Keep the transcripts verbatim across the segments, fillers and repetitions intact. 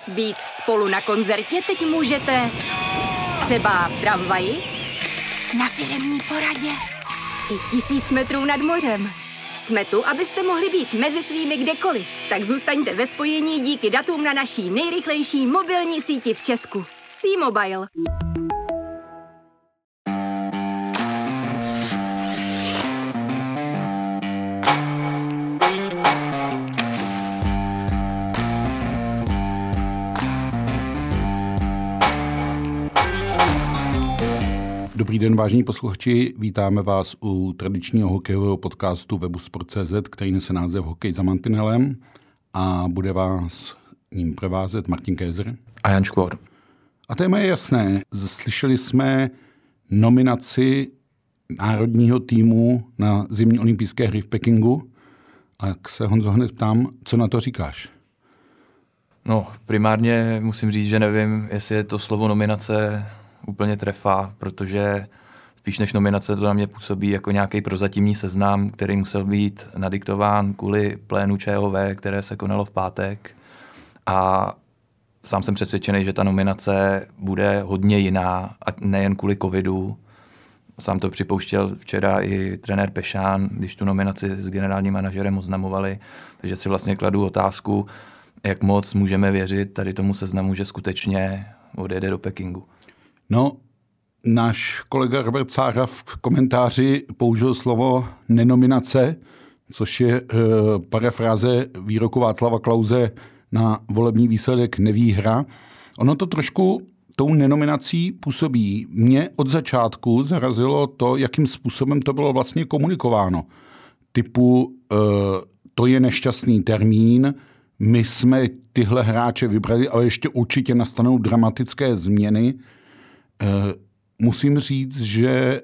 Být spolu na koncertě teď můžete třeba v tramvaji, na firemní poradě i tisíc metrů nad mořem. Jsme tu, abyste mohli být mezi svými kdekoliv. Tak zůstaňte ve spojení díky datům na naší nejrychlejší mobilní síti v Česku. T-Mobile. Dobrý den, vážení posluchači, vítáme vás u tradičního hokejového podcastu webu Sport tečka cé zet, který nese název Hokej za mantinelem a bude vás ním provázet Martin Kézer a Jan Škvor. A téma je jasné. Slyšeli jsme nominaci národního týmu na zimní olympijské hry v Pekingu. A jak se, Honzo, hned ptám, co na to říkáš? No, primárně musím říct, že nevím, jestli je to slovo nominace úplně trefá, protože spíš než nominace to na mě působí jako nějaký prozatímní seznam, který musel být nadiktován kvůli plénu ČOV, které se konalo v pátek. A sám jsem přesvědčený, že ta nominace bude hodně jiná, a nejen kvůli covidu. Sám to připouštěl včera i trenér Pešán, když tu nominaci s generálním manažerem oznamovali. Takže si vlastně kladu otázku, jak moc můžeme věřit tady tomu seznamu, že skutečně odjede do Pekingu. No, náš kolega Robert Sára v komentáři použil slovo nenominace, což je e, parafráze výroku Václava Klause na volební výsledek nevýhra. Ono to trošku tou nenominací působí. Mě od začátku zarazilo to, jakým způsobem to bylo vlastně komunikováno. Typu, e, to je nešťastný termín, my jsme tyhle hráče vybrali, ale ještě určitě nastanou dramatické změny. E, musím říct, že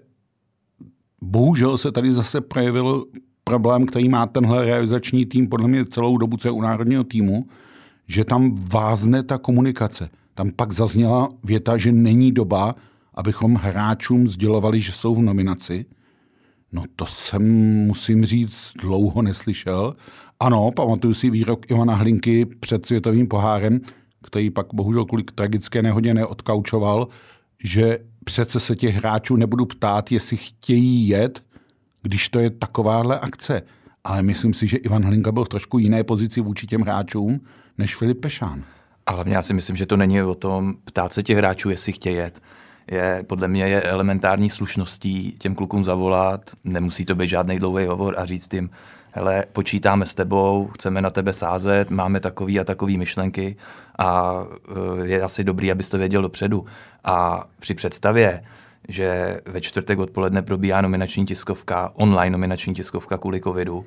bohužel se tady zase projevil problém, který má tenhle realizační tým podle mě celou dobu, co je u národního týmu, že tam vázne ta komunikace. Tam pak zazněla věta, že není doba, abychom hráčům sdělovali, že jsou v nominaci. No to jsem, musím říct, dlouho neslyšel. Ano, pamatuju si výrok Ivana Hlinky před světovým pohárem, který pak bohužel kvůli tragické nehodě neodkaučoval, že přece se těch hráčů nebudu ptát, jestli chtějí jet, když to je takováhle akce. Ale myslím si, že Ivan Hlinka byl v trošku jiné pozici vůči těm hráčům, než Filip Pešán. A hlavně já si myslím, že to není o tom ptát se těch hráčů, jestli chtějí jet. Je, podle mě je elementární slušností těm klukům zavolat, nemusí to být žádný dlouhý hovor a říct jim, hele, počítáme s tebou, chceme na tebe sázet, máme takový a takový myšlenky a je asi dobrý, abys to věděl dopředu. A při představě, že ve čtvrtek odpoledne probíhá nominační tiskovka, online nominační tiskovka kvůli covidu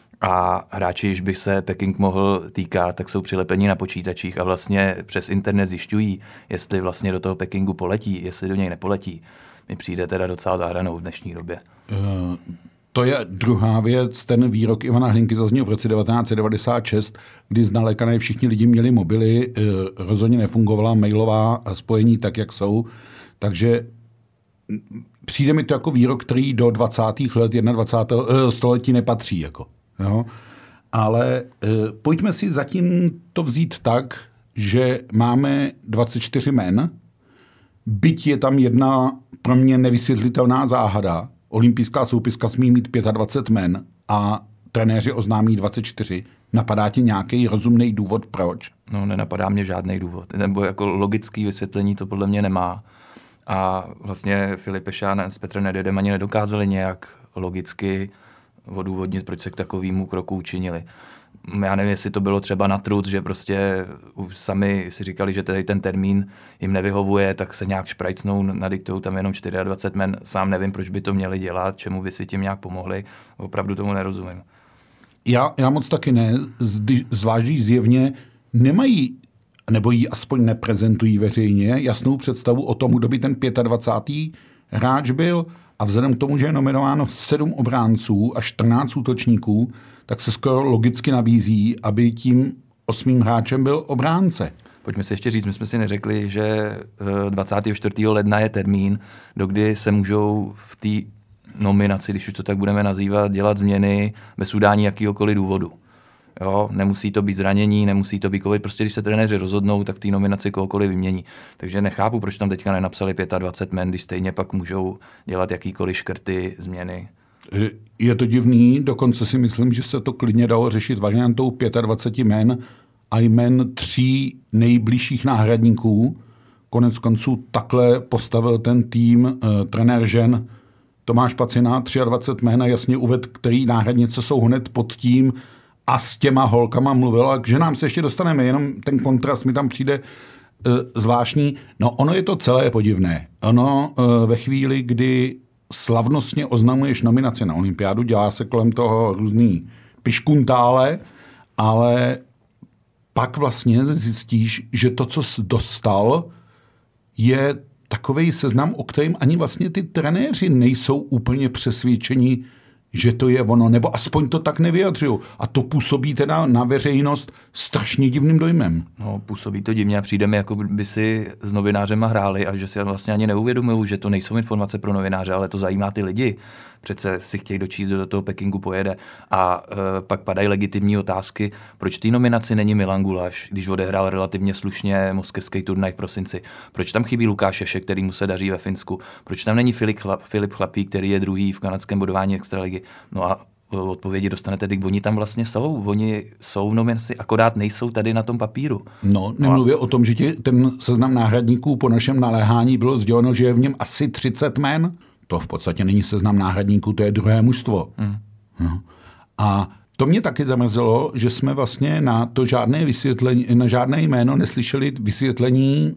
a hráči, když by se Peking mohl týkat, tak jsou přilepeni na počítačích a vlastně přes internet zjišťují, jestli vlastně do toho Pekingu poletí, jestli do něj nepoletí. Mi přijde teda docela za hranou v dnešní době. Uh... To je druhá věc. Ten výrok Ivana Hlinky zazněl v roce devatenáct set devadesát šest, kdy zdaleka ne všichni lidi měli mobily, rozhodně nefungovala mailová spojení tak, jak jsou. Takže přijde mi to jako výrok, který do dvacátých let dvacátého století nepatří. Jako, jo? Ale pojďme si zatím to vzít tak, že máme dvacet čtyři men, byť je tam jedna pro mě nevysvětlitelná záhada. Olympijská soupiska smí mít dvacet pět men a trenéři oznámí dvacet čtyři. Napadá ti nějaký rozumný důvod, proč? No, nenapadá mě žádný důvod. Nebo jako logický vysvětlení to podle mě nemá. A vlastně Filip Pešán s Petrem Nedvědem ani nedokázali nějak logicky odůvodnit, proč se k takovému kroku učinili. Já nevím, jestli to bylo třeba na trud, že prostě už sami si říkali, že tady ten termín jim nevyhovuje, tak se nějak šprajcnou, nadiktujou tam jenom dvacet čtyři men. Sám nevím, proč by to měli dělat, čemu by si tím nějak pomohli. Opravdu tomu nerozumím. Já, já moc taky ne. Zvlášť zjevně nemají, nebo ji aspoň neprezentují veřejně, jasnou představu o tom, kdo by ten dvacátý pátý hráč byl. A vzhledem k tomu, že je nominováno sedm obránců a čtrnáct útočníků, tak se skoro logicky nabízí, aby tím osmým hráčem byl obránce. Pojďme si ještě říct, my jsme si neřekli, že dvacátého čtvrtého ledna je termín, dokdy se můžou v té nominaci, když už to tak budeme nazývat, dělat změny bez udání jakýhokoliv důvodu. Jo, nemusí to být zranění, nemusí to být covid. Prostě když se trenéři rozhodnou, tak v té nominaci kohokoliv vymění. Takže nechápu, proč tam teďka nenapsali dvacet pět men, když stejně pak můžou dělat jakýkoliv škrty, změny. Je to divný, dokonce si myslím, že se to klidně dalo řešit variantou dvacet pět men a jmen tří nejbližších náhradníků. Konec konců takhle postavil ten tým eh, trenér žen Tomáš Pacina, dvacet tři jmen, jasně uvedl, který náhradnice jsou hned pod tím a s těma holkama mluvil. A k ženám se ještě dostaneme, jenom ten kontrast mi tam přijde eh, zvláštní. No ono je to celé podivné. Ono eh, ve chvíli, kdy slavnostně oznamuješ nominaci na olympiádu, dělá se kolem toho různý piškuntále, ale pak vlastně zjistíš, že to, co jsi dostal, je takovej seznam, o kterém ani vlastně ty trenéři nejsou úplně přesvědčeni, že to je ono, nebo aspoň to tak nevyjadřují. A to působí teda na veřejnost strašně divným dojmem. No, působí to divně a přijde mi, jako by si s novinářema hráli a že si vlastně ani neuvědomují, že to nejsou informace pro novináře, ale to zajímá ty lidi. Přece si chtějí dočíst, kdo do toho Pekingu pojede. A e, pak padají legitimní otázky, proč té nominaci není Milan Gulaš, když odehrál relativně slušně moskevský turnaj v prosinci. Proč tam chybí Lukáš Ješek, který mu se daří ve Finsku? Proč tam není Filip, Chlap, Filip Chlapík, který je druhý v kanadském bodování extraligy? No a odpovědi dostanete, když oni tam vlastně jsou. Oni jsou v nominaci, akorát nejsou tady na tom papíru. No, nemluvě no a... o tom, že ti ten seznam náhradníků po našem naléhání bylo sděleno, že je v něm asi třicet men. To v podstatě není seznam náhradníků, to je druhé mužstvo. Mm. No. A to mě taky zamrzelo, že jsme vlastně na to žádné vysvětlení, na žádné jméno neslyšeli vysvětlení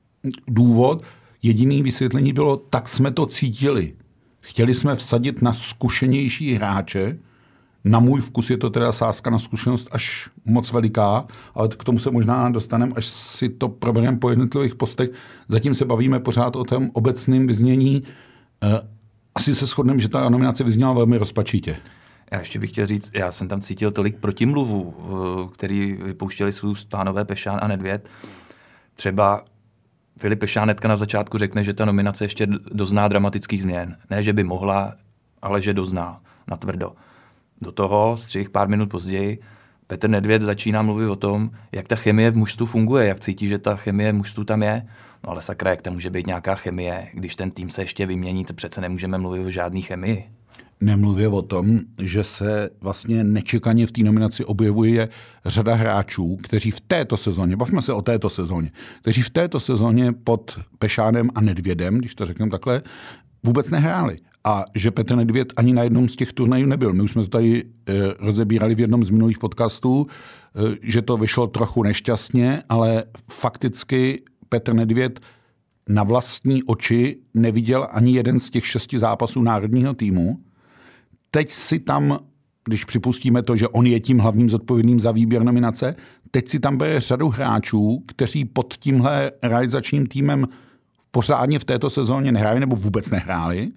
důvod. Jediný vysvětlení bylo, tak jsme to cítili. Chtěli jsme vsadit na zkušenější hráče. Na můj vkus je to teda sázka na zkušenost až moc veliká, ale k tomu se možná dostaneme, až si to probereme po jednotlivých postech. Zatím se bavíme pořád o tom obecném vyznění. Asi se shodneme, že ta nominace vyzněla velmi rozpačitě. Já ještě bych chtěl říct, já jsem tam cítil tolik protimluvů, který vypouštěli svůj pánové Pešán a Nedvěd. Třeba Filip Pešán hnedka na začátku řekne, že ta nominace ještě dozná dramatických změn. Ne, že by mohla, ale že dozná natvrdo. Do toho, střih pár minut později, Petr Nedvěd začíná mluvit o tom, jak ta chemie v mužstvu funguje, jak cítí, že ta chemie v mužstvu tam je. No ale sakra, jak tam může být nějaká chemie, když ten tým se ještě vymění, to přece nemůžeme mluvit o žádný chemii. Nemluvě o tom, že se vlastně nečekaně v té nominaci objevuje řada hráčů, kteří v této sezóně, bavme se o této sezóně, kteří v této sezóně pod Pešánem a Nedvědem, když to řekneme takhle, vůbec nehráli. A že Petr Nedvěd ani na jednom z těch turnajů nebyl. My už jsme to tady e, rozebírali v jednom z minulých podcastů, e, že to vyšlo trochu nešťastně, ale fakticky Petr Nedvěd na vlastní oči neviděl ani jeden z těch šesti zápasů národního týmu. Teď si tam, když připustíme to, že on je tím hlavním zodpovědným za výběr nominace, teď si tam bere řadu hráčů, kteří pod tímhle realizačním týmem pořádně v této sezóně nehráli nebo vůbec nehráli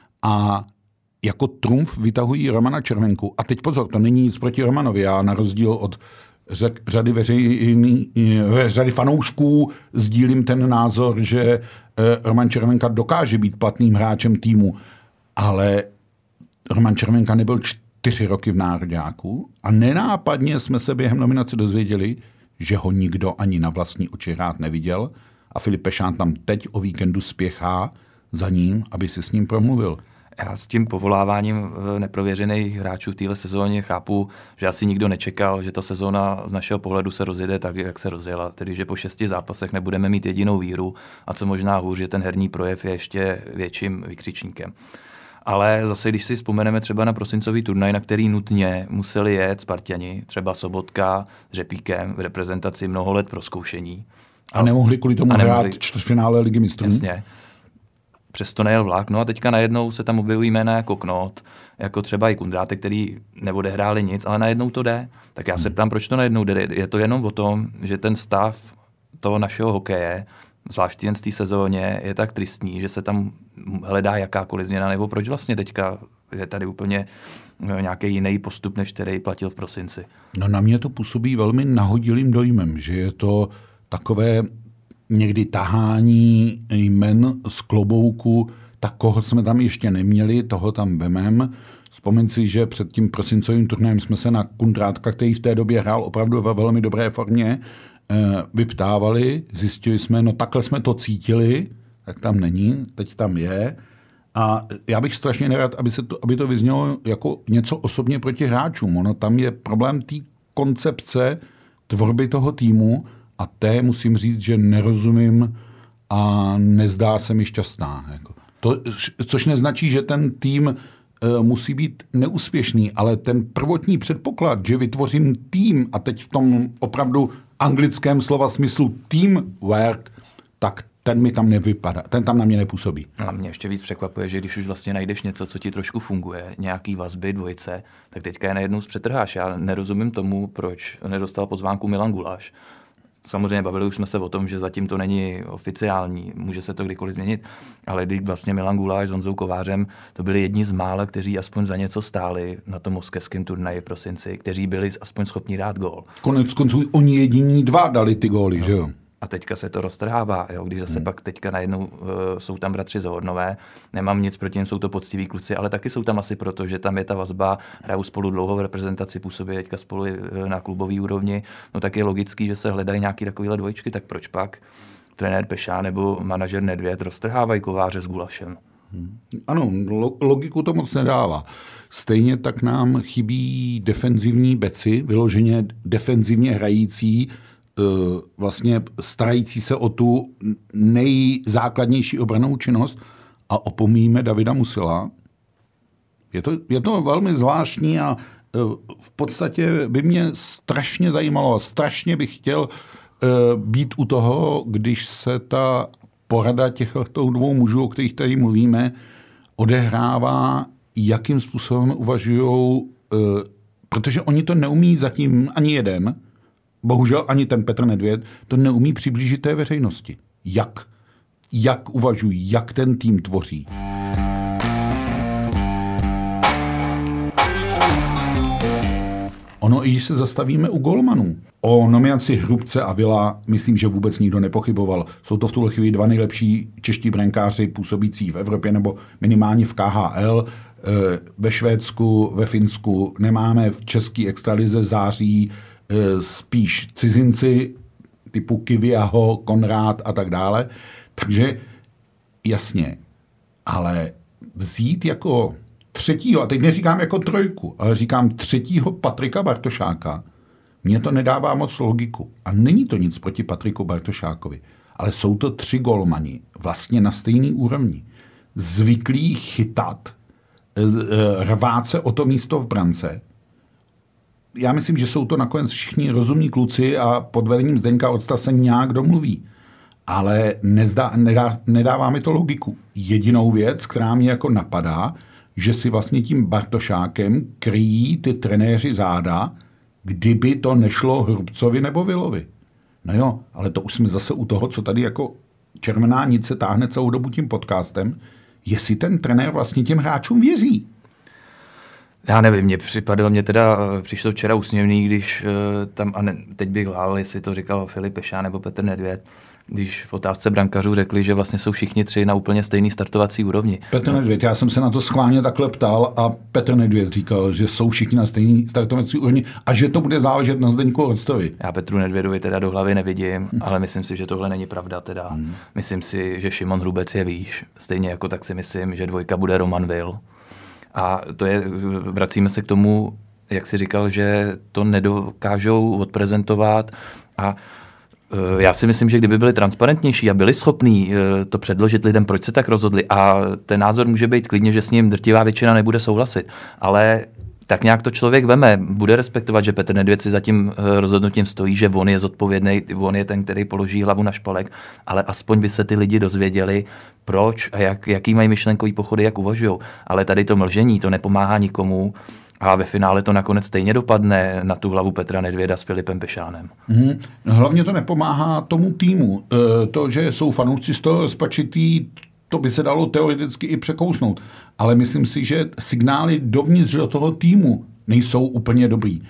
a jako trumf vytahují Romana Červenku. A teď pozor, to není nic proti Romanovi. Já na rozdíl od řady, veřejný, řady fanoušků sdílím ten názor, že Roman Červenka dokáže být platným hráčem týmu, ale Roman Červenka nebyl čtyři roky v nároďáku a nenápadně jsme se během nominace dozvěděli, že ho nikdo ani na vlastní oči hrát neviděl a Filip Pešán tam teď o víkendu spěchá za ním, aby si s ním promluvil. Já s tím povoláváním neprověřených hráčů v téhle sezóně chápu, že asi nikdo nečekal, že ta sezóna z našeho pohledu se rozjede tak, jak se rozjela. Tedy, že po šesti zápasech nebudeme mít jedinou výhru a co možná hůř, že ten herní projev je ještě větším vykřičníkem. Ale zase, když si vzpomeneme třeba na prosincový turnaj, na který nutně museli jet Sparťani, třeba Sobotka s Řepíkem v reprezentaci mnoho let pro zkoušení. A nemohli kvůli tomu hrát čtvrtfinále Ligy mistrů. Jasně. Přesto nejel vlak. No a teďka najednou se tam objevují jména jako Knot, jako třeba i Kundrátek, který neodehráli nic, ale najednou to jde. Tak já se ptám, proč to najednou jde. Je to jenom o tom, že ten stav toho našeho hokeje, zvlášť jen z té sezóně, je tak tristní, že se tam hledá jakákoliv změna, nebo proč vlastně teďka je tady úplně nějaký jiný postup, než který platil v prosinci. No na mě to působí velmi nahodilým dojmem, že je to takové někdy tahání jmen z klobouku, tak koho jsme tam ještě neměli, toho tam vemem. Vzpomeň si, že před tím prosincovým turnajem jsme se na Kundrátka, který v té době hrál opravdu ve velmi dobré formě, vyptávali, zjistili jsme, no takhle jsme to cítili, tak tam není, teď tam je. A já bych strašně nerad, aby, se to, aby to vyznělo jako něco osobně proti hráčům. Ono tam je problém té koncepce tvorby toho týmu a té musím říct, že nerozumím a nezdá se mi šťastná. Jako. To, což neznačí, že ten tým uh, musí být neúspěšný, ale ten prvotní předpoklad, že vytvořím tým a teď v tom opravdu anglickém slova smyslu teamwork, tak ten mi tam nevypadá, ten tam na mě nepůsobí. A mě ještě víc překvapuje, že když už vlastně najdeš něco, co ti trošku funguje, nějaký vazby, dvojice, tak teďka je najednou zpřetrháš. Já nerozumím tomu, proč nedostal pozvánku Milan Guláš. Samozřejmě bavili už jsme se o tom, že zatím to není oficiální, může se to kdykoliv změnit, ale když vlastně Milan Guláš s Honzou Kovářem, to byli jedni z mála, kteří aspoň za něco stáli na tom moskevském turnaji v prosinci, kteří byli aspoň schopni dát gól. Konec konců oni jediní dva dali ty góly, no. Že jo? A teďka se to roztrhává, jo? Když zase hmm. pak teďka najednou uh, jsou tam bratři Zohornové, nemám nic proti nim, jsou to poctiví kluci, ale taky jsou tam asi proto, že tam je ta vazba, hrajou spolu dlouho v reprezentaci, působí teďka spolu na klubový úrovni, no tak je logický, že se hledají nějaký takovýhle dvojčky, tak proč pak trenér Pešá nebo manažer Nedvěd roztrhávají Kováře s Gulašem? Hmm. Ano, logiku to moc nedává. Stejně tak nám chybí defenzivní beci, vyloženě defenzivně hrající, vlastně starající se o tu nejzákladnější obrannou činnost a opomíjíme Davida Musila. Je to, je to velmi zvláštní a v podstatě by mě strašně zajímalo a strašně bych chtěl být u toho, když se ta porada těchto dvou mužů, o kterých tady mluvíme, odehrává, jakým způsobem uvažujou, protože oni to neumí zatím ani jeden, bohužel ani ten Petr Nedvěd to neumí přiblížit té veřejnosti. Jak? Jak uvažují? Jak ten tým tvoří? Ono, i když se zastavíme u golmanů. O nominaci Hrubce a Vila myslím, že vůbec nikdo nepochyboval. Jsou to v tuhle chvíli dva nejlepší čeští brankáři působící v Evropě nebo minimálně v K H L. Ve Švédsku, ve Finsku nemáme v české extralize září spíš cizinci typu Kiviaho, Konrád a tak dále. Takže jasně, ale vzít jako třetího, a teď neříkám jako trojku, ale říkám třetího Patrika Bartošáka, mně to nedává moc logiku. A není to nic proti Patriku Bartošákovi, ale jsou to tři golmani vlastně na stejný úrovni. Zvyklí chytat, rvát se o to místo v brance. Já myslím, že jsou to nakonec všichni rozumní kluci a pod vedením Zdeňka Octa se nějak domluví. Ale nezdá, nedá, nedává mi to logiku. Jedinou věc, která mě jako napadá, že si vlastně tím Bartošákem kryjí ty trenéři záda, kdyby to nešlo Hrubcovi nebo Vilovi. No jo, ale to už jsme zase u toho, co tady jako červená nit se táhne celou dobu tím podcastem, jestli ten trenér vlastně těm hráčům věří. Já nevím, mně připadlo, mě teda přišlo včera úsměvný, když uh, tam, a ne, teď bych lhal, jestli to říkal Filip Pešá nebo Petr Nedvěd, když v otázce brankařů řekli, že vlastně jsou všichni tři na úplně stejný startovací úrovni. Petr Nedvěd, já jsem se na to schválně takhle ptal a Petr Nedvěd říkal, že jsou všichni na stejný startovací úrovni a že to bude záležet na Zdeňku Octovi. Já Petru Nedvědovi teda do hlavy nevidím, hmm. ale myslím si, že tohle není pravda teda. Hmm. Myslím si, že Šimon Hrubec je výš, stejně jako tak si myslím, že dvojka bude Roman Vil. A to je, vracíme se k tomu, jak jsi říkal, že to nedokážou odprezentovat a já si myslím, že kdyby byli transparentnější a byli schopní to předložit lidem, proč se tak rozhodli a ten názor může být klidně, že s ním drtivá většina nebude souhlasit, ale tak nějak to člověk veme, bude respektovat, že Petr Nedvěd si za tím rozhodnutím stojí, že on je zodpovědný, on je ten, který položí hlavu na špalek, ale aspoň by se ty lidi dozvěděli, proč a jak, jaký mají myšlenkový pochody, jak uvažují. Ale tady to mlžení, to nepomáhá nikomu a ve finále to nakonec stejně dopadne na tu hlavu Petra Nedvěda s Filipem Pešánem. Hmm. Hlavně to nepomáhá tomu týmu. E, to, že jsou fanoušci z toho rozpačitý, to by se dalo teoreticky i překousnout. Ale myslím si, že signály dovnitř do toho týmu nejsou úplně dobrý.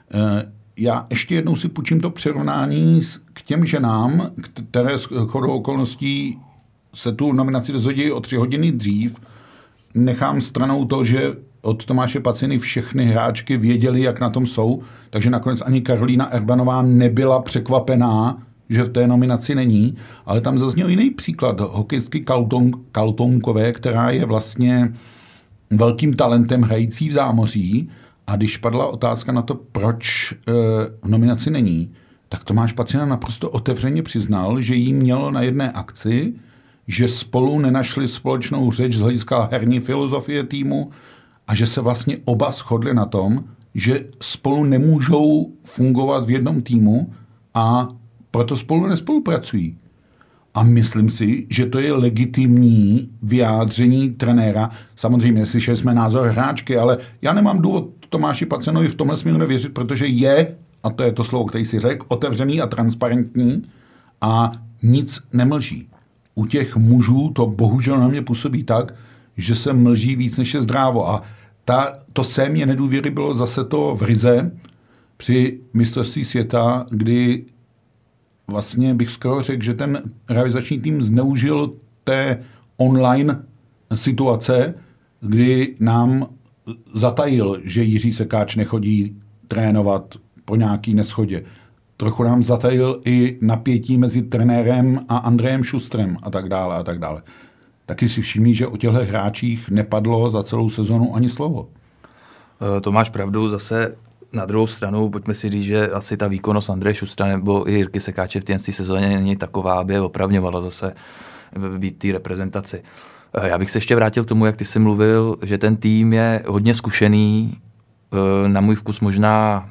Já ještě jednou si půjčím to přirovnání k těm ženám, které s chodou okolností se tu nominaci dozvědějí o tři hodiny dřív. Nechám stranou to, že od Tomáše Paciny všechny hráčky věděli, jak na tom jsou, takže nakonec ani Karolína Erbanová nebyla překvapená, že v té nominaci není, ale tam zazněl jiný příklad hokejistky Kalton, Kaltonkové, která je vlastně velkým talentem hrající v zámoří, a když padla otázka na to, proč e, v nominaci není, tak Tomáš Pacina naprosto otevřeně přiznal, že jí měl na jedné akci, že spolu nenašli společnou řeč z hlediska herní filozofie týmu a že se vlastně oba shodli na tom, že spolu nemůžou fungovat v jednom týmu a proto spolu nespolupracují. A myslím si, že to je legitimní vyjádření trenéra. Samozřejmě, slyšeli jsme názor hráčky, ale já nemám důvod Tomáši Pacinovi v tomhle směru nevěřit, protože je, a to je to slovo, který si řekl, otevřený a transparentní a nic nemlží. U těch mužů to bohužel na mě působí tak, že se mlží víc, než je zdrávo. A ta, to sémě nedůvěry bylo zase to v Rize při mistrovství světa, kdy vlastně bych skoro řekl, že ten realizační tým zneužil té online situace, kdy nám zatajil, že Jiří Sekáč nechodí trénovat po nějaký neschodě. Trochu nám zatajil i napětí mezi trenérem a Andrejem Šustrem a tak dále a tak dále. Taky si všimni, že o těchto hráčích nepadlo za celou sezonu ani slovo. To máš pravdu, zase na druhou stranu, pojďme si říct, že asi ta výkonnost Andreje Šustra nebo i Jirky Sekáče v té sezóně není taková, aby je opravňovala zase být té reprezentaci. Já bych se ještě vrátil k tomu, jak ty jsi mluvil, že ten tým je hodně zkušený, na můj vkus možná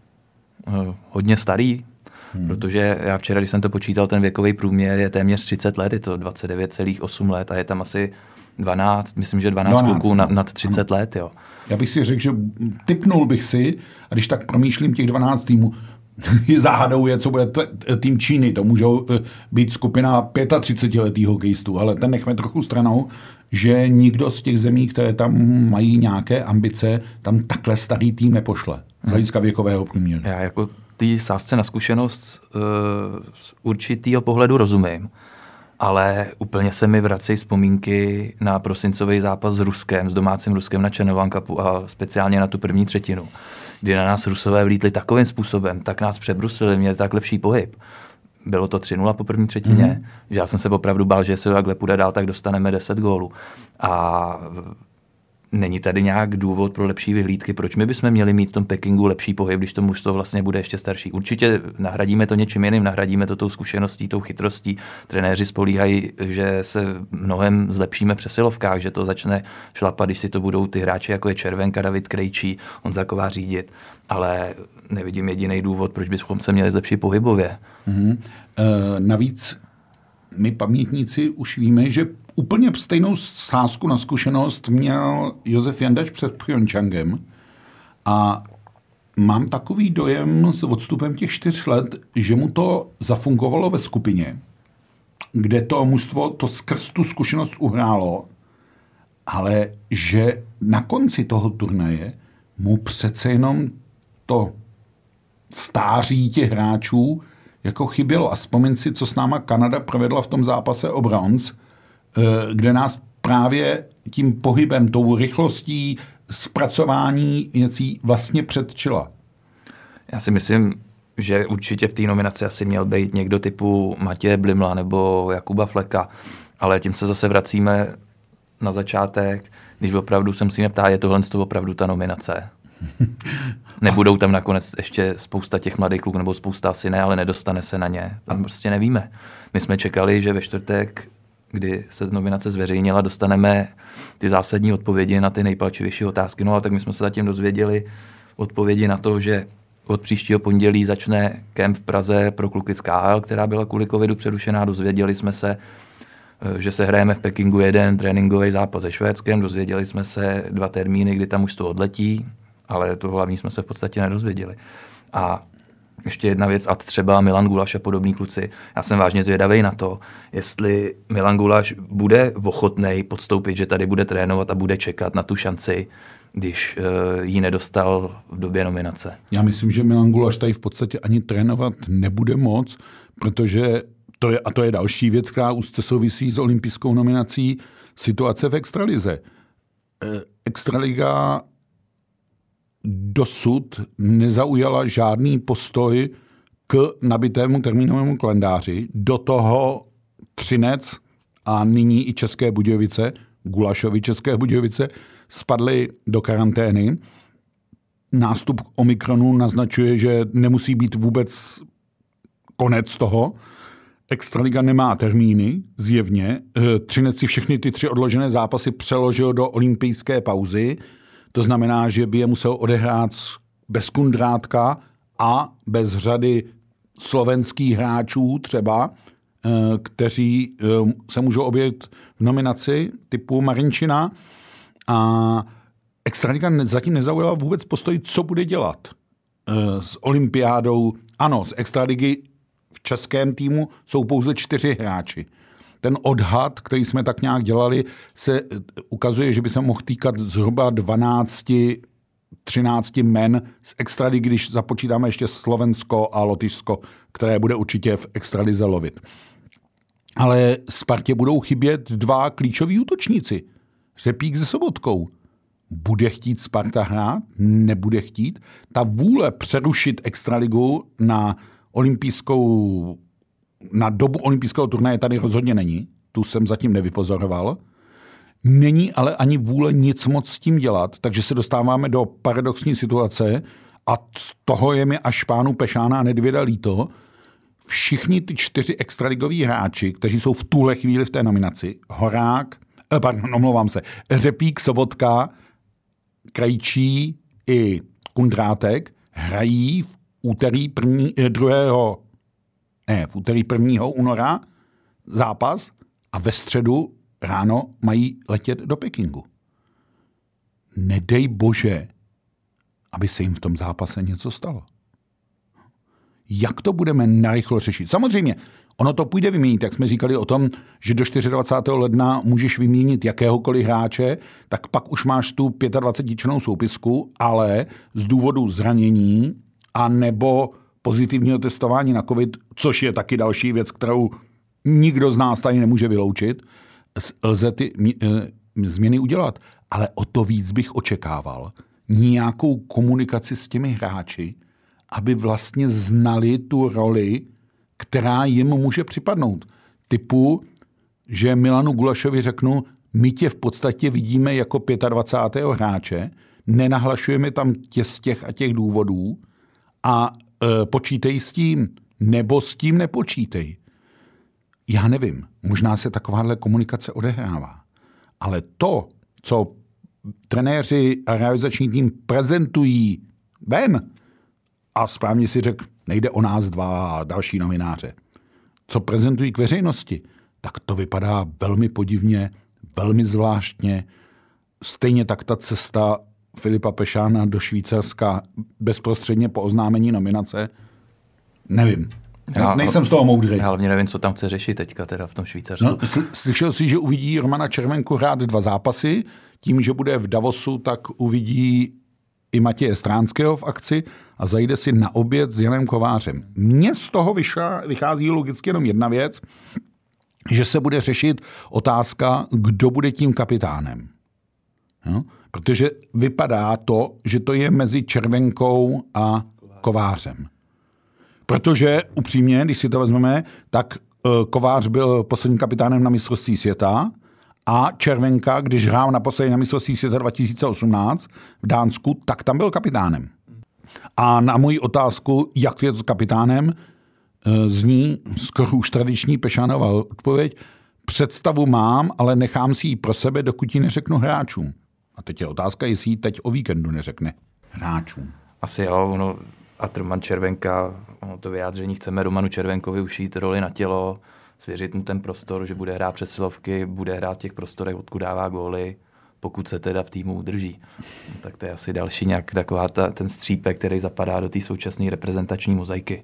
hodně starý, hmm. protože já včera, když jsem to počítal, ten věkový průměr je téměř třicet let, je to dvacet devět celá osm let a je tam asi dvanáct, myslím, že dvanáct kluků na, nad třicet ano. let. Jo. Já bych si řekl, že tipnul bych si, a když tak promýšlím těch dvanáct týmů, záhadou je, co bude t- tým Číny, to můžou být skupina třicetiletých hokejistů, ale ten nechme trochu stranou, že nikdo z těch zemí, které tam mají nějaké ambice, tam takhle starý tým nepošle. Z hlediska věkového průměru. Já jako té sázce na zkušenost uh, z určitýho pohledu rozumím, ale úplně se mi vracejí vzpomínky na prosincový zápas s Ruskem, s domácím Ruskem na Channel Cupu a speciálně na tu první třetinu, kdy na nás Rusové vlítli takovým způsobem, tak nás přebruslili, měli tak lepší pohyb. Bylo to tři nula po první třetině, mm-hmm. že já jsem se opravdu bál, že se takhle půjde dál, tak dostaneme deset gólů. A není tady nějak důvod pro lepší vyhlídky, proč my bychom měli mít v tom Pekingu lepší pohyb, když to mužstvo vlastně bude ještě starší. Určitě nahradíme to něčím jiným, nahradíme to tou zkušeností, tou chytrostí. Trenéři spolíhají, že se mnohem zlepšíme přesilovkách, že to začne šlapat, když si to budou ty hráči, jako je Červenka, David Krejčí, Honza Kovář řídit, ale nevidím jediný důvod, proč bychom se měli zlepšit pohybově. Mm-hmm. E, navíc my pamětníci už víme, že úplně stejnou sázku na zkušenost měl Josef Jandač před Pyeongchangem a mám takový dojem s odstupem těch čtyř let, že mu to zafungovalo ve skupině, kde to mužstvo to skrz tu zkušenost uhrálo, ale že na konci toho turnaje mu přece jenom to stáří těch hráčů jako chybělo. A vzpomeň si, co s náma Kanada provedla v tom zápase o bronz, kde nás právě tím pohybem, tou rychlostí, zpracování věcí vlastně předčila. Já si myslím, že určitě v té nominaci asi měl být někdo typu Matěje Blimla nebo Jakuba Fleka, ale tím se zase vracíme na začátek, když opravdu se musíme ptát, je tohle opravdu ta nominace. Nebudou tam nakonec ještě spousta těch mladých kluků, nebo spousta asi ne, ale nedostane se na ně. Tam prostě nevíme. My jsme čekali, že ve čtvrtek, kdy se nominace zveřejnila, dostaneme ty zásadní odpovědi na ty nejpalčivější otázky. No a tak my jsme se zatím dozvěděli odpovědi na to, že od příštího pondělí začne kemp v Praze pro kluky z K H L, která byla kvůli covidu přerušená. Dozvěděli jsme se, že se hrajeme v Pekingu jeden tréninkový zápas se Švédskem. Dozvěděli jsme se dva termíny, kdy tam už to odletí, ale to hlavní jsme se v podstatě nedozvěděli. A ještě jedna věc, a třeba Milan Gulaš a podobní kluci. Já jsem vážně zvědavý na to, jestli Milan Gulaš bude ochotnej podstoupit, že tady bude trénovat a bude čekat na tu šanci, když uh, ji nedostal v době nominace. Já myslím, že Milan Gulaš tady v podstatě ani trénovat nebude moc, protože to je, a to je další věc, která úzce souvisí s olympijskou nominací, situace v extralize. Extraliga dosud nezaujala žádný postoj k nabitému termínovému kalendáři. Do toho Třinec a nyní i České Budějovice, Gulašovi České Budějovice, spadly do karantény. Nástup Omikronu naznačuje, že nemusí být vůbec konec toho. Extraliga nemá termíny, zjevně. Třinec si všechny ty tři odložené zápasy přeložil do olympijské pauzy. To znamená, že by je musel odehrát bez Kundrátka a bez řady slovenských hráčů třeba, kteří se můžou objevit v nominaci typu Marinčina. A Extraliga zatím nezaujala vůbec postoj, co bude dělat s olympiádou. Ano, z Extraligy v českém týmu jsou pouze čtyři hráči. Ten odhad, který jsme tak nějak dělali, se ukazuje, že by se mohl týkat zhruba dvanáct třináct men z Extraligy, když započítáme ještě Slovensko a Lotyšsko, které bude určitě v Extralize lovit. Ale Spartě budou chybět dva klíčoví útočníci. Řepík se Sobotkou. Bude chtít Sparta hrát? Nebude chtít? Ta vůle přerušit Extraligu na olympijskou, na dobu olympijského turnaje tady rozhodně není. Tu jsem zatím nevypozoroval. Není ale ani vůle nic moc s tím dělat, takže se dostáváme do paradoxní situace a z toho je mi až pánu Pešána a Nedvěda líto. Všichni ty čtyři extraligoví hráči, kteří jsou v tuhle chvíli v té nominaci, Horák, eh, pardon, omlouvám se, Řepík, Sobotka, Krejčí i Kundrátek, hrají v úterý první, eh, druhého, ne, v úterý prvního února zápas a ve středu ráno mají letět do Pekingu. Nedej bože, aby se jim v tom zápase něco stalo. Jak to budeme narychlo řešit? Samozřejmě, ono to půjde vyměnit, jak jsme říkali o tom, že do dvacátého čtvrtého ledna můžeš vyměnit jakéhokoliv hráče, tak pak už máš tu dvacetipětičlennou soupisku, ale z důvodu zranění a nebo pozitivního testování na covid, což je taky další věc, kterou nikdo z nás tady nemůže vyloučit, lze ty změny udělat. Ale o to víc bych očekával nějakou komunikaci s těmi hráči, aby vlastně znali tu roli, která jim může připadnout. Typu, že Milanu Gulašovi řeknu, my tě v podstatě vidíme jako dvacátého pátého hráče, nenahlašujeme tam tě z těch a těch důvodů a e, počítej s tím, nebo s tím nepočítej. Já nevím, možná se takováhle komunikace odehrává. Ale to, co trenéři a realizační tým prezentují ven, a správně si řekl, nejde o nás dva a další novináře, co prezentují k veřejnosti, tak to vypadá velmi podivně, velmi zvláštně. Stejně tak ta cesta Filipa Pešána do Švýcarska bezprostředně po oznámení nominace, nevím. Já, nejsem z toho moudrý. Já hlavně nevím, co tam chce řešit teďka teda v tom Švýcarsku. No, slyšel jsi, že uvidí Romana Červenku hrát dva zápasy. Tím, že bude v Davosu, tak uvidí i Matěje Stránského v akci a zajde si na oběd s Janem Kovářem. Mně z toho vychází logicky jenom jedna věc, že se bude řešit otázka, kdo bude tím kapitánem. No? Protože vypadá to, že to je mezi Červenkou a Kovářem. Protože upřímně, když si to vezmeme, tak Kovář byl posledním kapitánem na mistrovství světa a Červenka, když hrál naposledy na mistrovství světa dva tisíce osmnáct v Dánsku, tak tam byl kapitánem. A na moji otázku, jak je to s kapitánem, zní skoro už tradiční Pešánova odpověď. Představu mám, ale nechám si ji pro sebe, dokud ji neřeknu hráčům. A teď je otázka, jestli ji teď o víkendu neřekne hráčům. Asi jo, ono, a Roman Červenka, ono to vyjádření, chceme Romanu Červenkovi ušít roli na tělo, svěřit mu ten prostor, že bude hrát přesilovky, bude hrát v těch prostorech, odkud dává góly, pokud se teda v týmu udrží. No, tak to je asi další nějak taková ta, ten střípek, který zapadá do té současné reprezentační mozaiky.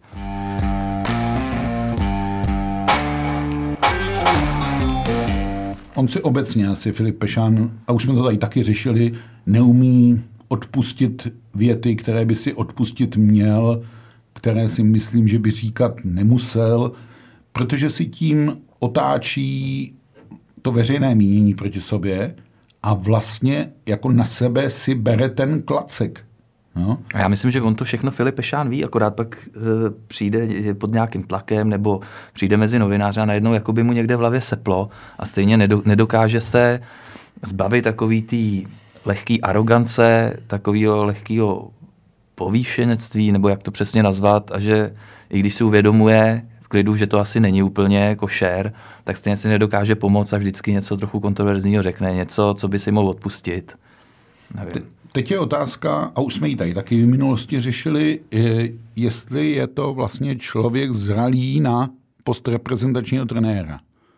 On si obecně asi Filip Pešán, a už jsme to tady taky řešili, neumí odpustit věty, které by si odpustit měl, které si myslím, že by říkat nemusel, protože si tím otáčí to veřejné mínění proti sobě a vlastně jako na sebe si bere ten klacek. No. A já myslím, že on to všechno Filip Pešán ví, akorát pak e, přijde pod nějakým tlakem nebo přijde mezi novináře a najednou jako by mu někde v hlavě seplo a stejně nedo, nedokáže se zbavit takový tý lehký arogance, takového lehkého povýšenectví, nebo jak to přesně nazvat, a že i když si uvědomuje v klidu, že to asi není úplně košer, tak stejně si nedokáže pomoct a vždycky něco trochu kontroverzního řekne, něco, co by si mohl odpustit. Nevím. Teď je otázka, a už jsme ji tady taky v minulosti řešili, jestli je to vlastně člověk zralý na post reprezentačního trenéra.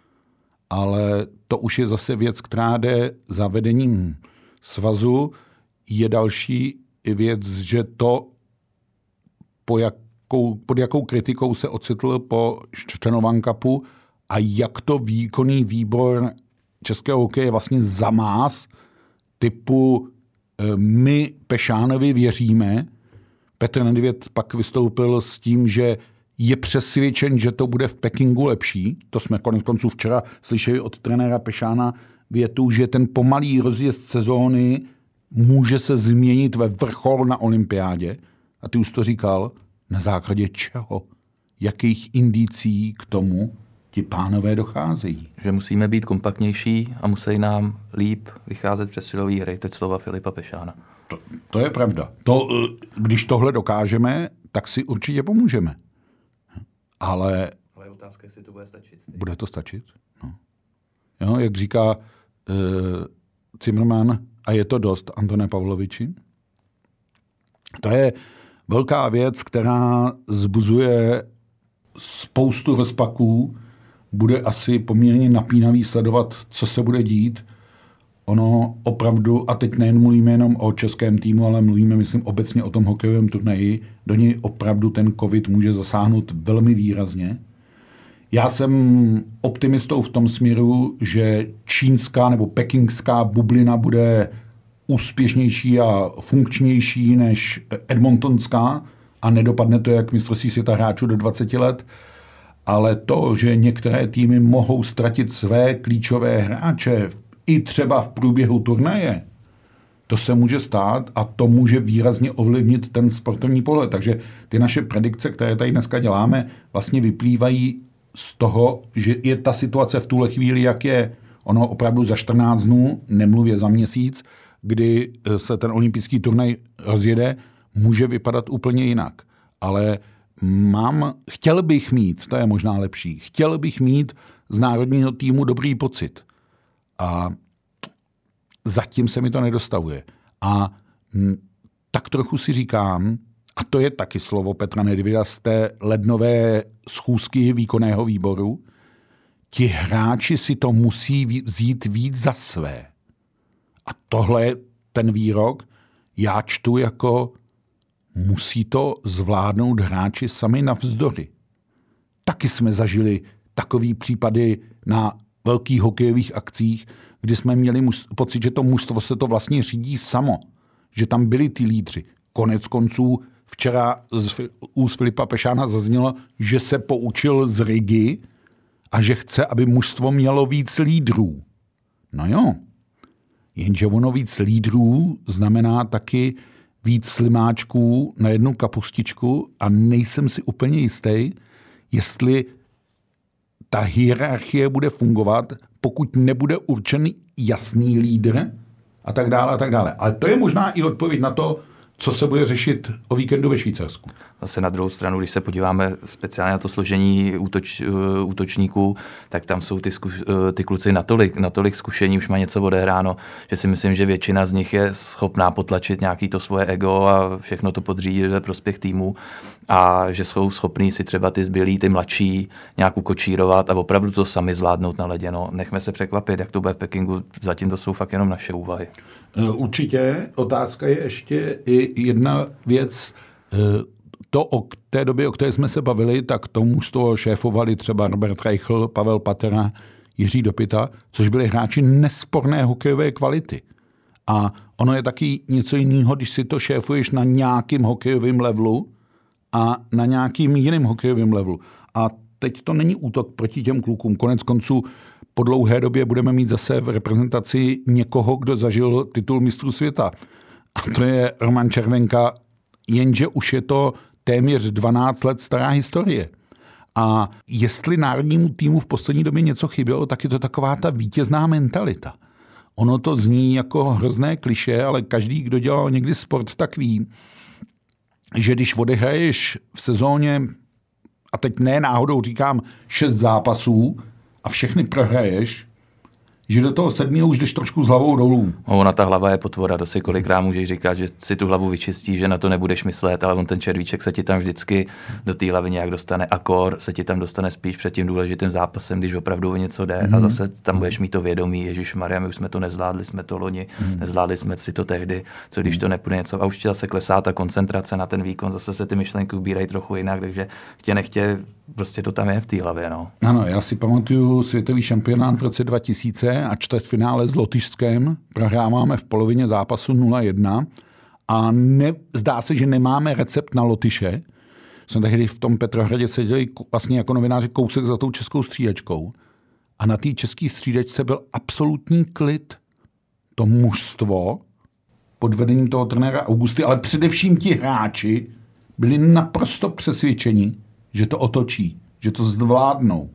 Ale to už je zase věc, která jde za vedením svazu. Je další věc, že to, po jakou, pod jakou kritikou se ocitl po Štěnovan Cupu a jak to výkonný výbor českého hokeje vlastně zamás typu my Pešánovi věříme. Petr Nedvěd pak vystoupil s tím, že je přesvědčen, že to bude v Pekingu lepší. To jsme konec konců včera slyšeli od trenéra Pešána větu, že ten pomalý rozjezd sezóny může se změnit ve vrchol na olympiádě. A ty už to říkal, na základě čeho? Jakých indicí k tomu ti pánové docházejí? Že musíme být kompaktnější a musí nám líp vycházet přes silový hry. Teď slova Filipa Pešána. To, to je pravda. To, když tohle dokážeme, tak si určitě pomůžeme. Ale... Ale je otázka, jestli to bude stačit. Stejně. Bude to stačit? No. Jo, jak říká uh, Zimmerman, a je to dost, Antone Pavloviči. To je velká věc, která zbuzuje spoustu rozpaků. Bude asi poměrně napínavý sledovat, co se bude dít. Ono opravdu, a teď nejen mluvíme jenom o českém týmu, ale mluvíme, myslím, obecně o tom hokejovém turnaji, do něj opravdu ten covid může zasáhnout velmi výrazně. Já jsem optimistou v tom směru, že čínská nebo pekingská bublina bude úspěšnější a funkčnější než edmontonská a nedopadne to jak mistrovství světa hráčů do dvaceti let, ale to, že některé týmy mohou ztratit své klíčové hráče i třeba v průběhu turnaje, to se může stát a to může výrazně ovlivnit ten sportovní pohled. Takže ty naše predikce, které tady dneska děláme, vlastně vyplývají z toho, že je ta situace v tuhle chvíli, jak je ono opravdu za čtrnáct dnů, nemluvě za měsíc, kdy se ten olympijský turnaj rozjede, může vypadat úplně jinak. Ale mám, chtěl bych mít, to je možná lepší, chtěl bych mít z národního týmu dobrý pocit. A zatím se mi to nedostavuje. A m, tak trochu si říkám, a to je taky slovo Petra Nedvěda z té lednové schůzky výkonného výboru, ti hráči si to musí vzít víc za své. A tohle, ten výrok, já čtu jako musí to zvládnout hráči sami navzdory. Taky jsme zažili takový případy na velkých hokejových akcích, kdy jsme měli pocit, že to mužstvo se to vlastně řídí samo. Že tam byli ty lídři. Konec konců včera z úst Filipa Pešána zaznělo, že se poučil z Rigy a že chce, aby mužstvo mělo víc lídrů. No jo, jenže ono víc lídrů znamená taky víc slimáčků na jednu kapustičku a nejsem si úplně jistý, jestli ta hierarchie bude fungovat, pokud nebude určený jasný lídr a tak dále a tak dále. Ale to je možná i odpověď na to, co se bude řešit o víkendu ve Švýcarsku. Zase na druhou stranu, když se podíváme speciálně na to složení útoč, útočníků, tak tam jsou ty, zkuš, ty kluci natolik, natolik zkušení, už má něco odehráno, že si myslím, že většina z nich je schopná potlačit nějaký to svoje ego a všechno to podřídit ve prospěch týmu a že jsou schopní si třeba ty zbylí, ty mladší nějak ukočírovat a opravdu to sami zvládnout na ledě. No, nechme se překvapit, jak to bude v Pekingu, zatím to jsou fakt jenom naše úvahy. Určitě. Otázka je ještě i jedna věc. To o té době, o které jsme se bavili, tak tomu z toho šéfovali třeba Robert Reichl, Pavel Patera, Jiří Dopita, což byli hráči nesporné hokejové kvality. A ono je taky něco jiného, když si to šéfuješ na nějakým hokejovém levelu a na nějakým jiným hokejovém levelu. A teď to není útok proti těm klukům. Konec konců po dlouhé době budeme mít zase v reprezentaci někoho, kdo zažil titul mistrů světa. A to je Roman Červenka, jenže už je to téměř dvanáct let stará historie. A jestli národnímu týmu v poslední době něco chybělo, tak je to taková ta vítězná mentalita. Ono to zní jako hrozné klišé, ale každý, kdo dělal někdy sport, tak ví, že když odehraješ v sezóně, a teď ne náhodou říkám šest zápasů a všechny prohraješ, že do toho sedmého už jdeš trošku s hlavou dolů. Ona ta hlava je potvora, to si kolikrát můžeš říkat, že si tu hlavu vyčistí, že na to nebudeš myslet, ale on ten červíček se ti tam vždycky do té hlavy nějak dostane, akor se ti tam dostane spíš před tím důležitým zápasem, když opravdu o něco jde mm. a zase tam budeš mít to vědomí, ježišmarja, my už jsme to nezvládli, jsme to loni, mm. nezvládli jsme si to tehdy, co když to nepůjde něco a už ti zase klesá ta koncentrace na ten výkon, zase se ty myšlenky ubírají trochu jinak, takže chtě nechtě prostě to tam je v té hlavě. No. Ano, já si pamatuju světový šampionát v roce dva tisíce a čtvrtfinále s Lotyšskem. Prohráváme v polovině zápasu nula jedna a ne, zdá se, že nemáme recept na Lotyše. Jsme tehdy v tom Petrohradě seděli vlastně jako novináři kousek za tou českou střídačkou a na té české střídačce byl absolutní klid. To mužstvo pod vedením toho trenéra Augusty, ale především ti hráči byli naprosto přesvědčeni, že to otočí, že to zvládnou.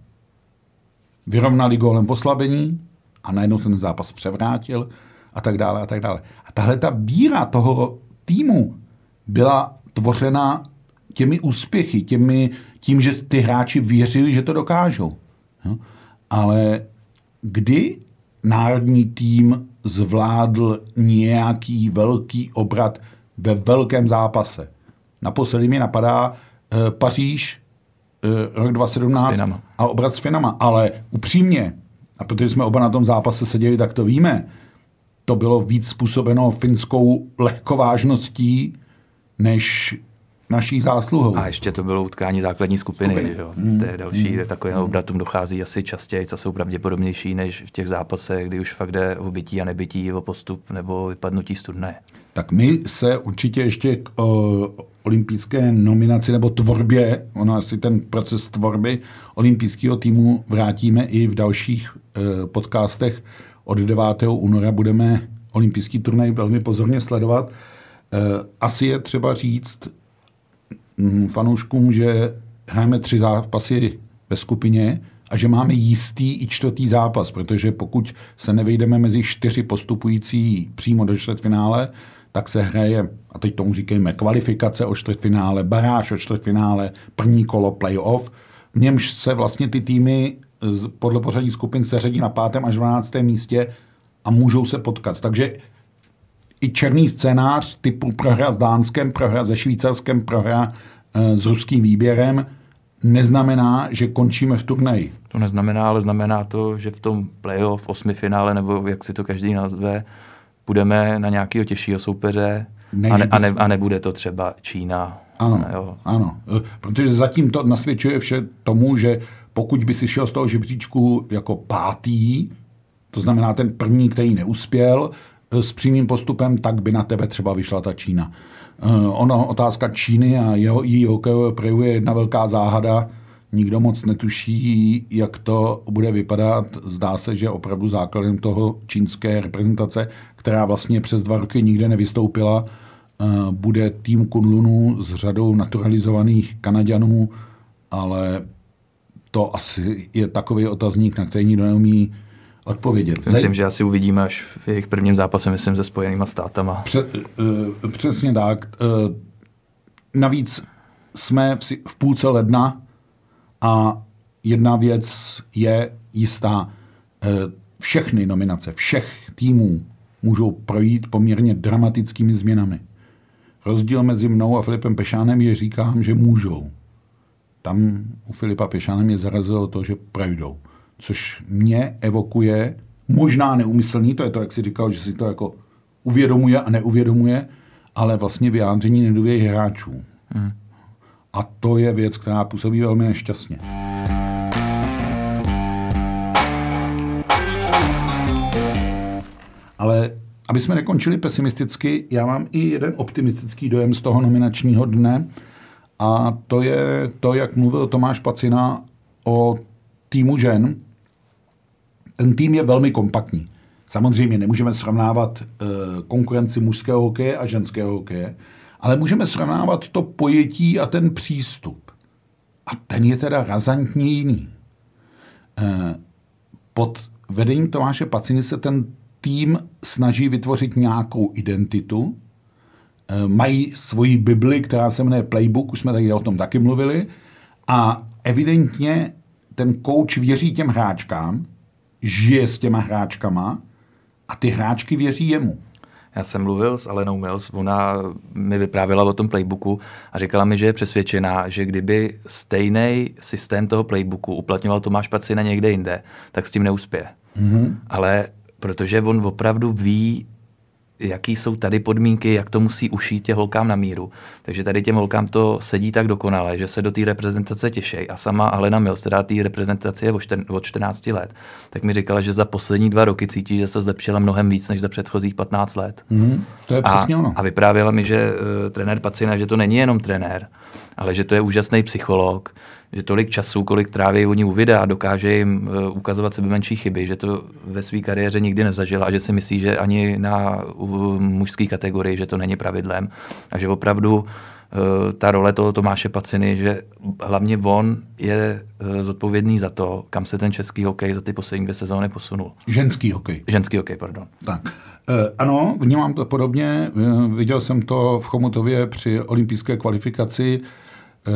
Vyrovnali gólem v oslabení a najednou se ten zápas převrátil a tak dále a tak dále. A tahle ta víra toho týmu byla tvořena těmi úspěchy, těmi, tím, že ty hráči věřili, že to dokážou. No? Ale kdy národní tým zvládl nějaký velký obrat ve velkém zápase? Naposledy mi napadá eh, Paříž, rok dva tisíce sedmnáct a obrat s Finama. Ale upřímně, a protože jsme oba na tom zápase seděli, tak to víme, to bylo víc způsobeno finskou lehkovážností, než naší zásluhou. A ještě to bylo utkání základní skupiny. skupiny. Jo. Hmm. To je další, hmm. takovým obratům dochází asi častěji, co jsou pravděpodobnější, než v těch zápasech, kdy už fakt jde o bytí a nebytí, o postup nebo vypadnutí z turnaje. Tak my se určitě ještě k o, olympijské nominaci nebo tvorbě, ono asi ten proces tvorby olympijského týmu vrátíme i v dalších e, podcastech. Od devátého února budeme olympijský turnaj velmi pozorně sledovat. E, asi je třeba říct m, fanouškům, že hrajeme tři zápasy ve skupině a že máme jistý i čtvrtý zápas, protože pokud se nevejdeme mezi čtyři postupující přímo do čtvrtfinále, tak se hraje, a teď tomu říkejme, kvalifikace o čtvrtfinále, baráž o čtvrtfinále, první kolo playoff, v němž se vlastně ty týmy podle pořadí skupin se řadí na pátém až dvanáctém místě a můžou se potkat. Takže i černý scénář typu prohra s Dánskem, prohra se Švýcarskem, prohra e, s ruským výběrem neznamená, že končíme v turnaji. To neznamená, ale znamená to, že v tom playoff, osmifinále, nebo jak si to každý nazve, půjdeme na nějakého těžšího soupeře a, ne, a, ne, a nebude to třeba Čína. Ano, jo. ano, protože zatím to nasvědčuje vše tomu, že pokud by si šel z toho žebříčku jako pátý, to znamená ten první, který neuspěl, s přímým postupem, tak by na tebe třeba vyšla ta Čína. Ono, otázka Číny a jeho, její hokejového projevu je jedna velká záhada. Nikdo moc netuší, jak to bude vypadat. Zdá se, že opravdu základem toho čínské reprezentace, která vlastně přes dva roky nikde nevystoupila, bude tým Kunlunu s řadou naturalizovaných Kanaďanů, ale to asi je takový otazník, na který nikdo neumí odpovědět. Myslím, že asi uvidíme až v jejich prvním zápase, myslím, se Spojenýma státama. Před, uh, přesně tak. Uh, navíc jsme v, v půlce ledna a jedna věc je jistá. Uh, všechny nominace, všech týmů můžou projít poměrně dramatickými změnami. Rozdíl mezi mnou a Filipem Pešánem je, říkám, že můžou. Tam u Filipa Pešána mě zarazilo to, že projdou. Což mě evokuje, možná neúmyslný, to je to, jak jsi říkal, že si to jako uvědomuje a neuvědomuje, ale vlastně vyjádření nedůvěry hráčů. Hmm. A to je věc, která působí velmi nešťastně. Ale aby jsme nekončili pesimisticky, já mám i jeden optimistický dojem z toho nominačního dne a to je to, jak mluvil Tomáš Pacina o týmu žen. ten tým je velmi kompaktní. Samozřejmě nemůžeme srovnávat uh, konkurenci mužského hokeje a ženského hokeje, ale můžeme srovnávat to pojetí a ten přístup. A ten je teda razantně jiný. Uh, pod vedením Tomáše Paciny se ten tým snaží vytvořit nějakou identitu. Uh, mají svoji Bibli, která se jmenuje Playbook, už jsme tady o tom taky mluvili. A evidentně ten kouč věří těm hráčkám, žije s těma hráčkama a ty hráčky věří jemu. Já jsem mluvil s Alenou Mills, ona mi vyprávěla o tom playbooku a říkala mi, že je přesvědčená, že kdyby stejný systém toho playbooku uplatňoval Tomáš Pacina někde jinde, tak s tím neuspěje. Mm-hmm. Ale protože on opravdu ví, jaký jsou tady podmínky, jak to musí ušít tě holkám na míru. Takže tady těm holkám to sedí tak dokonale, že se do té reprezentace těší. A sama Alena Mills, teda té reprezentace je od čtrnácti let, tak mi říkala, že za poslední dva roky cítí, že se zlepšila mnohem víc, než za předchozích patnáct let. Mm, to je přesně a, ono. A vyprávěla mi, že uh, trenér Pacina, že to není jenom trenér, ale že to je úžasný psycholog, že tolik času, kolik tráví oni u videa, dokáže jim uh, ukazovat sebe menší chyby, že to ve své kariéře nikdy nezažila a že si myslí, že ani na uh, mužské kategorii, že to není pravidlem a že opravdu uh, ta role toho Tomáše Paciny, že hlavně on je uh, zodpovědný za to, kam se ten český hokej za ty poslední dvě sezóny posunul. Ženský hokej. Ženský hokej, pardon. Tak. Uh, ano, vnímám to podobně. Uh, viděl jsem to v Chomutově při olympijské kvalifikaci. Uh,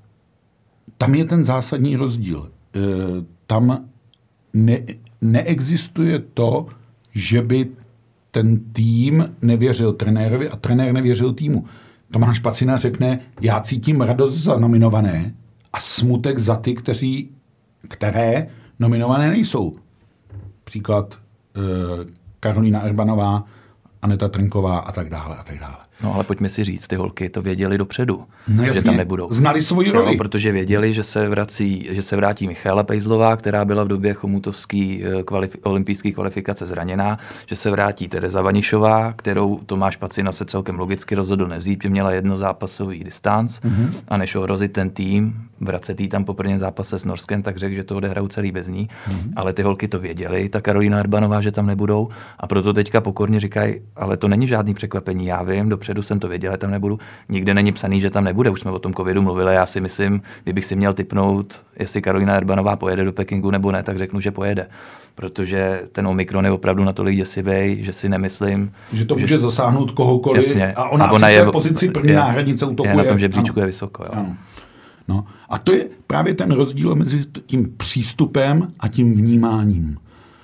Tam je ten zásadní rozdíl. E, tam ne, neexistuje to, že by ten tým nevěřil trenérovi a trenér nevěřil týmu. Tomáš Pacina řekne, já cítím radost za nominované a smutek za ty, kteří, které nominované nejsou. Příklad e, Karolína Erbanová, Aneta Trnková a tak dále a tak dále. No ale pojďme si říct, ty holky to věděli dopředu, no, že jasně, tam nebudou. Znali svoji roli. No, protože věděli, že se vrací, že se vrátí Michaela Pejzlová, která byla v době chomutovské kvalif- olympijské kvalifikace zraněná, že se vrátí Tereza Vanišová, kterou Tomáš Pacina se celkem logicky rozhodl nezít, že měla jednozápasový distanc mm-hmm. a než ohrozit ten tým, vracet jí tam po prvním zápase s Norskem, tak řekl, že to odehrajou celý bez ní, mm-hmm. ale ty holky to věděly, ta Karolína Erbanová, že tam nebudou a proto teďka pokorně říkají, ale to není žádný překvapení, já vím, dopředu jsem to věděl, tam nebudu. Nikde není psaný, že tam nebude. Už jsme o tom covidu mluvili. Já si myslím, kdybych si měl tipnout, jestli Karolína Erbanová pojede do Pekingu nebo ne, tak řeknu, že pojede. Protože ten Omikron je opravdu natolik děsivý, že si nemyslím, že to že... může zasáhnout kohokoliv. Jasně. A ona, a ona je v pozici první náhradnice útoku. Je na tom žebříčku je vysoko. Jo. Ano. No. A to je právě ten rozdíl mezi tím přístupem a tím vnímáním.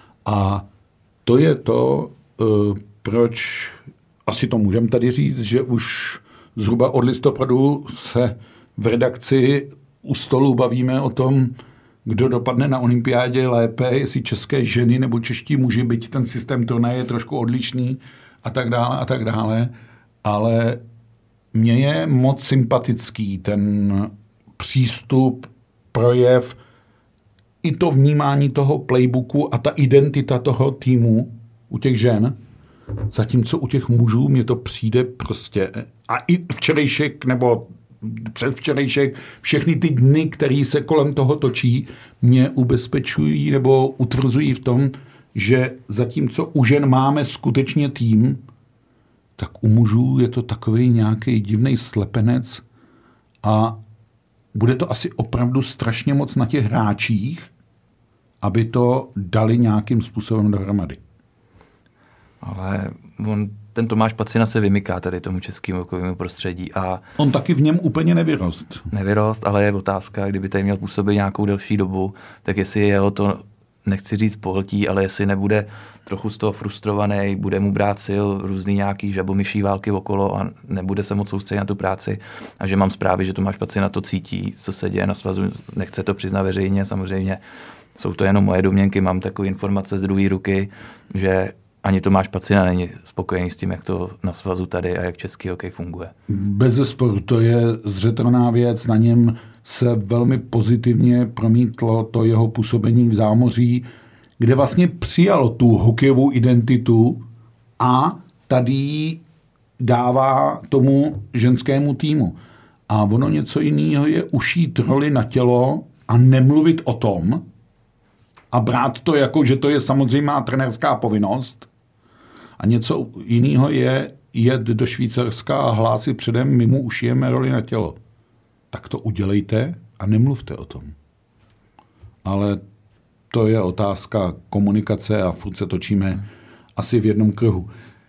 A to je to, uh, proč asi to můžeme tady říct, že už zhruba od listopadu se v redakci u stolu bavíme o tom, kdo dopadne na olympiádě lépe, jestli české ženy nebo čeští muži, byť ten systém turnaje je trošku odlišný a tak dále a tak dále. Ale mně je moc sympatický ten přístup, projev, i to vnímání toho playbooku a ta identita toho týmu u těch žen, zatímco u těch mužů mě to přijde prostě, a i včerejšek nebo předvčerejšek, všechny ty dny, které se kolem toho točí, mě ubezpečují nebo utvrzují v tom, že zatímco u žen máme skutečně tým, tak u mužů je to takový nějaký divný slepenec a bude to asi opravdu strašně moc na těch hráčích, aby to dali nějakým způsobem dohromady. Ale on, ten Tomáš Pacina se vymyká tady tomu českému hokejovému prostředí. A on taky v něm úplně nevyrost. Nevyrost, ale je otázka, kdyby tady měl působit nějakou delší dobu, tak jestli jeho to, nechci říct pohltí, ale jestli nebude trochu z toho frustrovaný, bude mu brát sil různý nějaký žabomyší války okolo a nebude se moc soustředit na tu práci. A že mám zprávy, že Tomáš Pacina to cítí, co se děje na svazu, nechce to přiznat veřejně, samozřejmě jsou to jenom moje domněnky, mám takové informace z druhé ruky, že ani Tomáš Pacina není spokojený s tím, jak to na svazu tady a jak český hokej funguje. Bezesporu, to je zřetelná věc, na něm se velmi pozitivně promítlo to jeho působení v zámoří, kde vlastně přijalo tu hokejovou identitu a tady ji dává tomu ženskému týmu. A ono něco jiného je ušít roli na tělo a nemluvit o tom, a brát to jako, že to je samozřejmá trenérská povinnost. A něco jiného je jet do Švýcarska a hlásit předem, my mu ušijeme roli na tělo. Tak to udělejte a nemluvte o tom. Ale to je otázka komunikace a furt se točíme hmm. asi v jednom kruhu.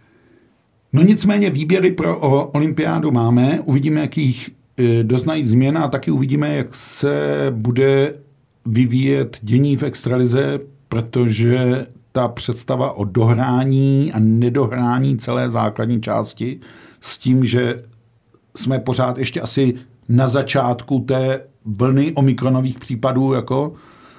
No nicméně výběry pro olympiádu máme, uvidíme, jakých e, doznají změn a taky uvidíme, jak se bude vyvíjet dění v extralize, protože ta představa o dohrání a nedohrání celé základní části s tím, že jsme pořád ještě asi na začátku té vlny omikronových případů. Jako...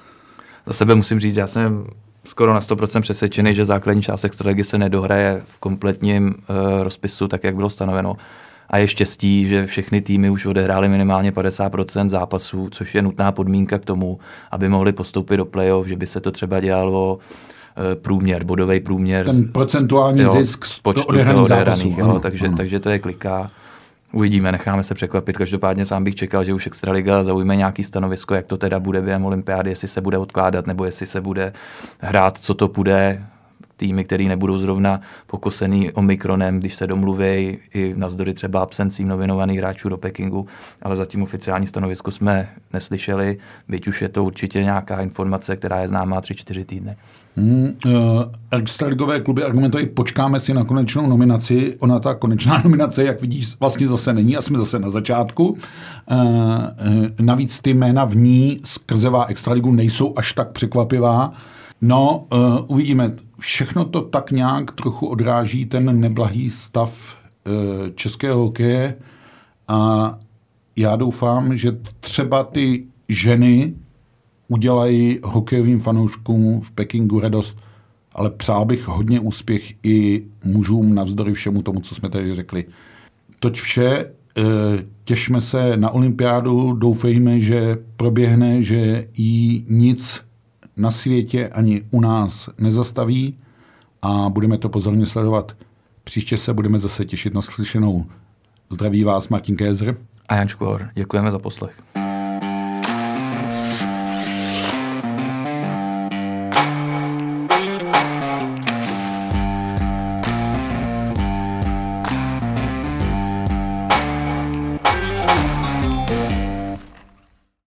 Za sebe musím říct, já jsem skoro na sto procent přesvědčený, že základní část extraligy se nedohraje v kompletním uh, rozpisu, tak jak bylo stanoveno. A je štěstí, že všechny týmy už odehrály minimálně padesát procent zápasů, což je nutná podmínka k tomu, aby mohli postoupit do playoff, že by se to třeba dělalo průměr, bodový průměr. Ten procentuální jo, zisk z počtu odehraných zápasů. Jo, ano, takže, ano. takže to je kliká. Uvidíme, necháme se překvapit. Každopádně sám bych čekal, že už extraliga zaujme nějaký stanovisko, jak to teda bude během olympiády, jestli se bude odkládat, nebo jestli se bude hrát, co to půjde. Týmy, který nebudou zrovna pokosený omikronem, když se domluví i navzdory třeba absencím nominovaných hráčů do Pekingu, ale zatím oficiální stanovisko jsme neslyšeli, byť už je to určitě nějaká informace, která je známá tři čtyři týdny. Hmm, uh, extraligové kluby argumentují, počkáme si na konečnou nominaci. Ona ta konečná nominace, jak vidíš, vlastně zase není a jsme zase na začátku. Uh, uh, navíc ty jména v ní skrzevá extraligu nejsou až tak překvapivá. No, uh, uvidíme. Všechno to tak nějak trochu odráží ten neblahý stav uh, českého hokeje a já doufám, že třeba ty ženy udělají hokejovým fanouškům v Pekingu radost, ale přál bych hodně úspěch i mužům navzdory všemu tomu, co jsme tady řekli. Toť vše, uh, těšme se na olympiádu, doufejme, že proběhne, že jí nic na světě ani u nás nezastaví a budeme to pozorně sledovat. Příště se budeme zase těšit na slyšenou. Zdraví vás Martin Kézer a Jan Škvor. Děkujeme za poslech.